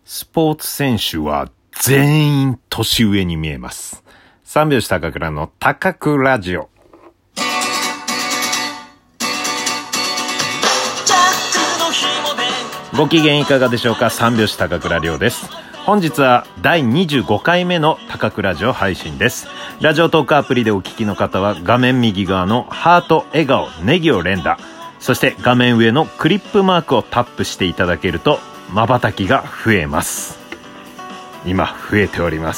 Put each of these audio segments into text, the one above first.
スポーツ選手は全員年上に見えます。三拍子高倉の高倉ラジオ。ご機嫌いかがでしょうか。三拍子高倉涼です。本日は第25回目の高倉ラジオ配信です。ラジオトークアプリでお聞きの方は画面右側のハート、笑顔、ネギを連打、そして画面上のクリップマークをタップしていただけると瞬きが増えます。今増えております。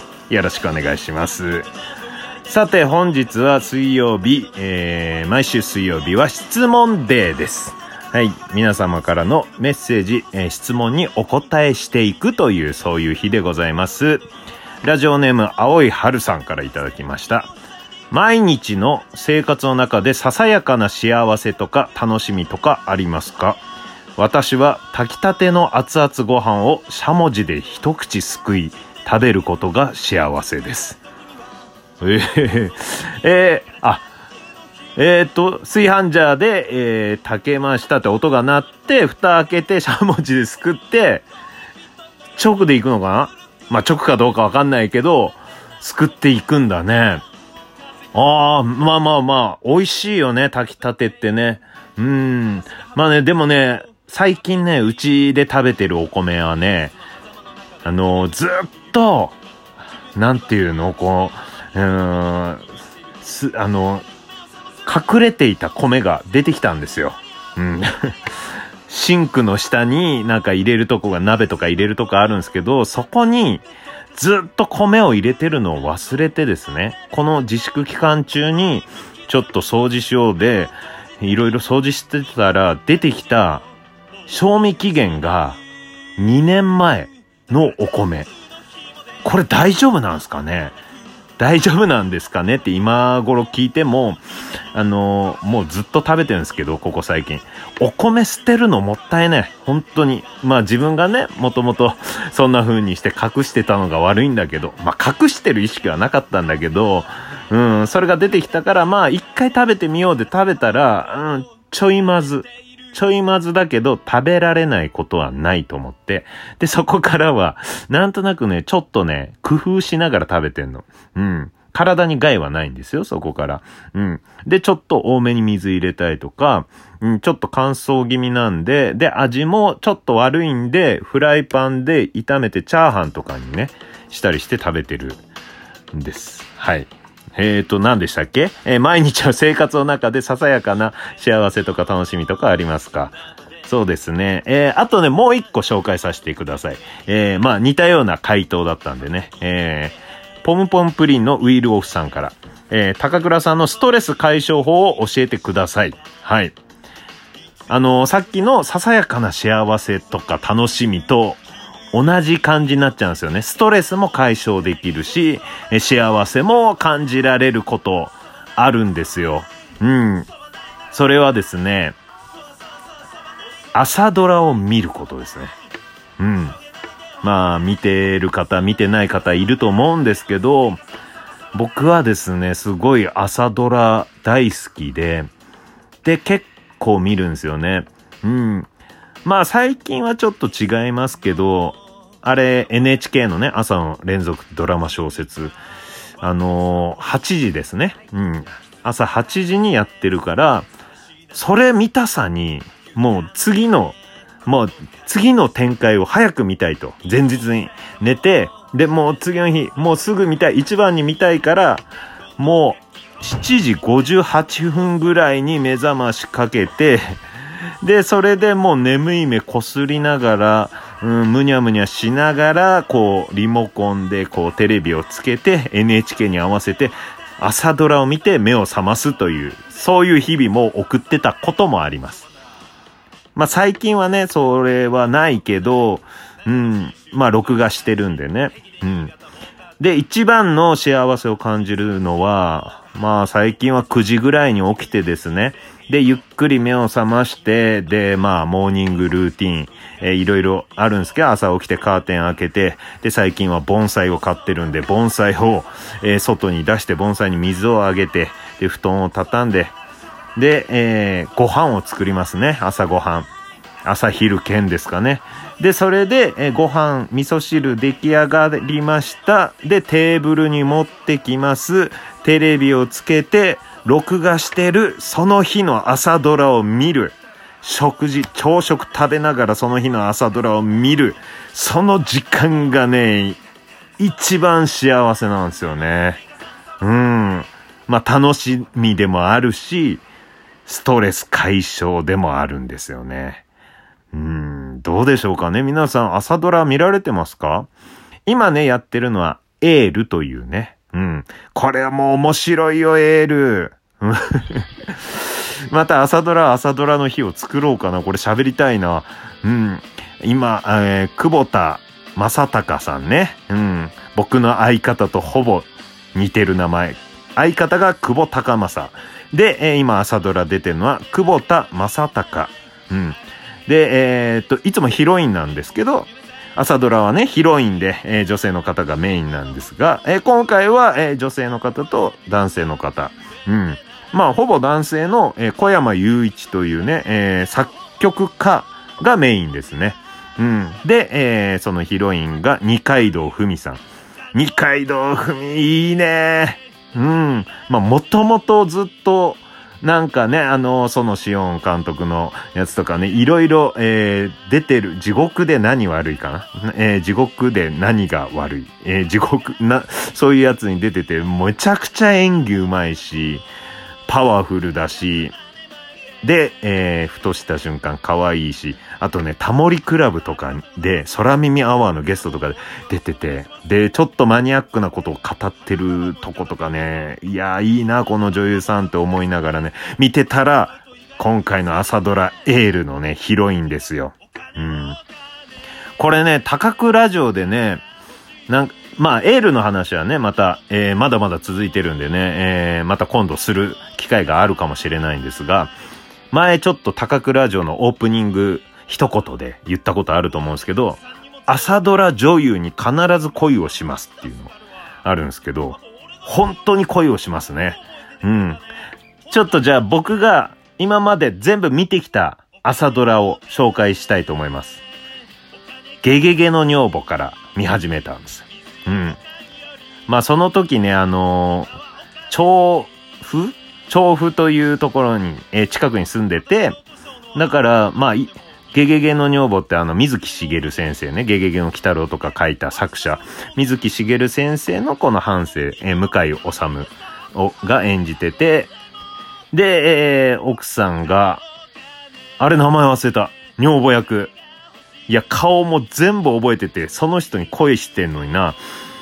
よろしくお願いします。さて本日は水曜日、毎週水曜日は質問デーです。はい、皆様からのメッセージ、質問にお答えしていくというそういう日でございます。ラジオネーム青い春さんからいただきました。毎日の生活の中でささやかな幸せとか楽しみとかありますか？私は炊きたての熱々ご飯をしゃもじで一口すくい食べることが幸せです。炊飯ジャーで、炊けましたって音が鳴って蓋開けてしゃもじですくって直でいくのかな。まあ直かどうかわかんないけどすくっていくんだね。まあ美味しいよね、炊きたてってね。まあね、でもね、最近ね、うちで食べてるお米はね、ずっとなんていうの、隠れていた米が出てきたんですよ。シンクの下になんか入れるとこが、鍋とか入れるとこあるんですけど、そこにずっと米を入れてるのを忘れてですね、この自粛期間中にちょっと掃除しようでいろいろ掃除してたら出てきた賞味期限が2年前のお米。これ大丈夫なんですかね？大丈夫なんですかねって今頃聞いても、もうずっと食べてるんですけど、ここ最近。お米捨てるのもったいない。本当に。まあ自分がね、もともとそんな風にして隠してたのが悪いんだけど、まあ隠してる意識はなかったんだけど、それが出てきたから、まあ一回食べてみようで食べたら、ちょいまずだけど食べられないことはないと思って。で、そこからは、なんとなくね、ちょっとね、工夫しながら食べてんの。体に害はないんですよ、そこから。で、ちょっと多めに水入れたりとか、ちょっと乾燥気味なんで、で、味もちょっと悪いんで、フライパンで炒めてチャーハンとかにね、したりして食べてるんです。はい。何でしたっけ？毎日の生活の中でささやかな幸せとか楽しみとかありますか？そうですね。あとね、もう一個紹介させてください。まあ似たような回答だったんでね。ポムポンプリンのウィルオフさんから、高倉さんのストレス解消法を教えてください。はい。さっきのささやかな幸せとか楽しみと同じ感じになっちゃうんですよね。ストレスも解消できるし、幸せも感じられることあるんですよ。それはですね、朝ドラを見ることですね。まあ見てる方見てない方いると思うんですけど、僕はですねすごい朝ドラ大好きで結構見るんですよね。まあ最近はちょっと違いますけど、あれ NHK のね朝の連続ドラマ小説8時ですね。朝8時にやってるから、それ見たさにもう次の展開を早く見たいと、前日に寝て、でもう次の日もうすぐ見たい、一番に見たいから、もう7時58分ぐらいに目覚ましかけて、でそれでもう眠い目こすりながら、むにゃむにゃしながらこうリモコンでこうテレビをつけて NHK に合わせて朝ドラを見て目を覚ますという、そういう日々も送ってたこともあります。まあ最近はねそれはないけど、まあ録画してるんでね。で一番の幸せを感じるのは、まあ最近は9時ぐらいに起きてですね、でゆっくり目を覚まして、でまあモーニングルーティン、いろいろあるんですけど、朝起きてカーテン開けて、で最近は盆栽を買ってるんで盆栽を、外に出して盆栽に水をあげて、で布団を畳んで、で、ご飯を作りますね、朝ご飯。 朝昼兼ですかね。で、それで、ご飯、味噌汁出来上がりました。で、テーブルに持ってきます。テレビをつけて、録画してる、その日の朝ドラを見る。朝食食べながらその日の朝ドラを見る。その時間がね、一番幸せなんですよね。まあ、楽しみでもあるし、ストレス解消でもあるんですよね。どうでしょうかね。皆さん朝ドラ見られてますか？今ね、やってるのはエールというね。これはもう面白いよ、エール。また朝ドラの日を作ろうかな。これ喋りたいな。今、久保田正孝さんね。僕の相方とほぼ似てる名前。相方が久保孝正。で、今朝ドラ出てるのは久保田正孝。で、いつもヒロインなんですけど、朝ドラはね、ヒロインで、女性の方がメインなんですが、今回は、女性の方と男性の方。まあ、ほぼ男性の、小山雄一というね、作曲家がメインですね。で、そのヒロインが二階堂ふみさん。二階堂ふみ、いいね。まあ、もともとずっと、なんかね、そのシオン監督のやつとかね、いろいろ、出てる、地獄で何悪いかな、地獄で何が悪い、そういうやつに出てて、めちゃくちゃ演技うまいし、パワフルだし、で、ふとした瞬間可愛いし、あとね、タモリクラブとかで、空耳アワーのゲストとかで出てて、で、ちょっとマニアックなことを語ってるとことかね、いや、いいな、この女優さんって思いながらね、見てたら、今回の朝ドラエールのね、ヒロインですよ。これね、高久ラジオでね、まあ、エールの話はね、また、まだまだ続いてるんでね、また今度する機会があるかもしれないんですが、前ちょっと高久ラジオのオープニング一言で言ったことあると思うんですけど、朝ドラ女優に必ず恋をしますっていうのあるんですけど、本当に恋をしますね。ちょっとじゃあ僕が今まで全部見てきた朝ドラを紹介したいと思います。ゲゲゲの女房から見始めたんです。まあその時ね、調布というところに、近くに住んでて、だから、まあ、ゲゲゲの女房って水木しげる先生ね、ゲゲゲの鬼太郎とか書いた作者、水木しげる先生のこの半生、向井治が演じてて、で、奥さんが、あれ名前忘れた、女房役。いや、顔も全部覚えてて、その人に恋してんのにな。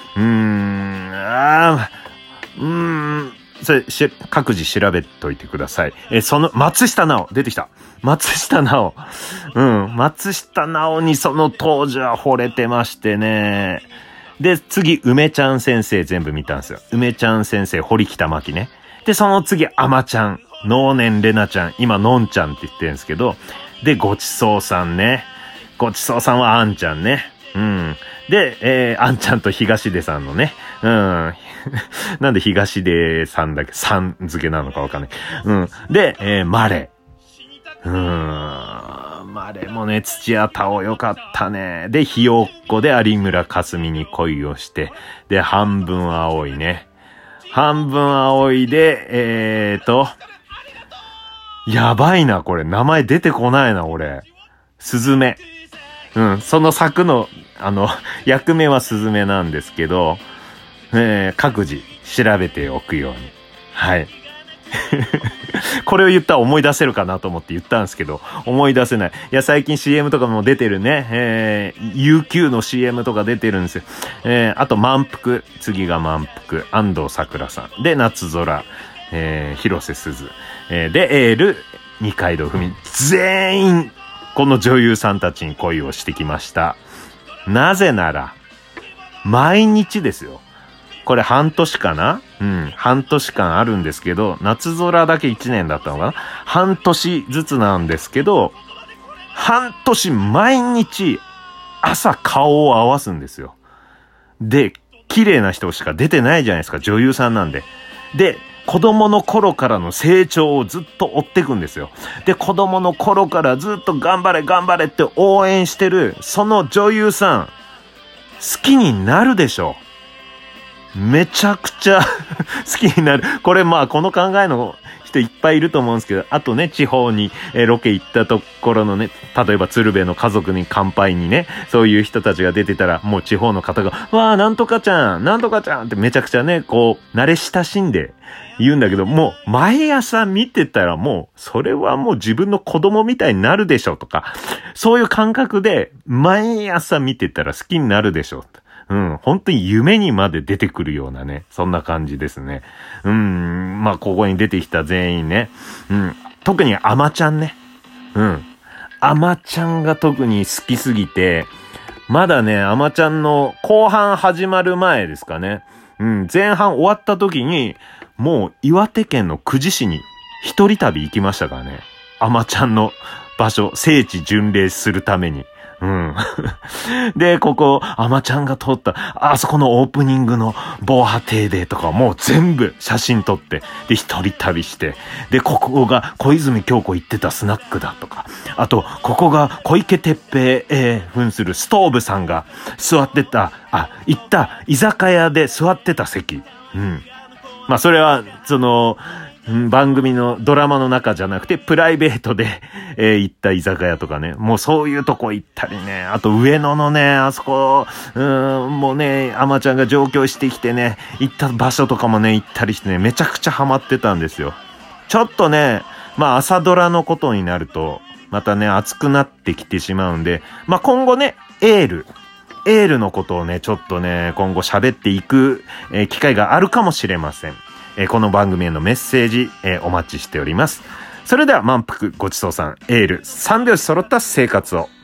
それ、各自調べといてください。松下奈緒、出てきた。松下奈緒。松下奈緒にその当時は惚れてましてね。で、次、梅ちゃん先生全部見たんですよ。梅ちゃん先生、堀北真希ね。で、その次、あまちゃん、能年玲奈ちゃん、今、のんちゃんって言ってるんですけど、で、ごちそうさんね。ごちそうさんはあんちゃんね。で、あんちゃんと東出さんのね。なんで東出さんだけさん付けなのかわかんない。で、マレ。マレもね、土屋太鳳よかったね。で、ひよっこで有村架純に恋をして、で、半分青いね。半分青いで、やばいな、これ。名前出てこないな、俺。すずめ。その作の、役名はすずめなんですけど、各自調べておくように。はい。これを言ったら思い出せるかなと思って言ったんですけど、思い出せない。いや、最近 CM とかも出てるね。UQ の CM とか出てるんですよ。あと満腹。次が満腹。安藤サクラさん。で、夏空。広瀬すず。で、エール、二階堂ふみ。全員、この女優さんたちに恋をしてきました。なぜなら、毎日ですよ。これ半年かな？半年間あるんですけど、夏空だけ1年だったのかな？半年ずつなんですけど、半年毎日朝顔を合わすんですよ。で、綺麗な人しか出てないじゃないですか、女優さんなんで。で、 子供の頃からの成長をずっと追っていくんですよ。で、子供の頃からずっと頑張れ頑張れって応援してる、その女優さん、好きになるでしょ。めちゃくちゃ好きになる。これまあこの考えの人いっぱいいると思うんですけど、あとね、地方にロケ行ったところのね、例えば鶴瓶の家族に乾杯にね、そういう人たちが出てたら、もう地方の方が、わーなんとかちゃん、なんとかちゃんってめちゃくちゃね、こう、慣れ親しんで言うんだけど、もう毎朝見てたらもう、それはもう自分の子供みたいになるでしょとか、そういう感覚で毎朝見てたら好きになるでしょ。本当に夢にまで出てくるようなね、そんな感じですね。まあ、ここに出てきた全員ね。特にアマちゃんね。アマちゃんが特に好きすぎて、まだね、アマちゃんの後半始まる前ですかね。前半終わった時に、もう岩手県の久慈市に一人旅行きましたからね。アマちゃんの場所、聖地巡礼するために。で、ここ、アマちゃんが通った、あそこのオープニングの防波堤でとか、もう全部写真撮って、で、一人旅して、で、ここが小泉京子行ってたスナックだとか、あと、ここが小池徹平、扮するストーブさんが座ってた、行った居酒屋で座ってた席。まあ、それは、番組のドラマの中じゃなくてプライベートで、行った居酒屋とかね、もうそういうとこ行ったりね、あと上野のね、あそこ、もうね、アマちゃんが上京してきてね、行った場所とかもね、行ったりしてね、めちゃくちゃハマってたんですよ。ちょっとね、まあ朝ドラのことになると、またね、熱くなってきてしまうんで、まあ今後ね、エールのことをね、ちょっとね、今後喋っていく、機会があるかもしれません。この番組へのメッセージ、お待ちしております。それでは満腹ごちそうさん、エール、三拍子揃った生活を。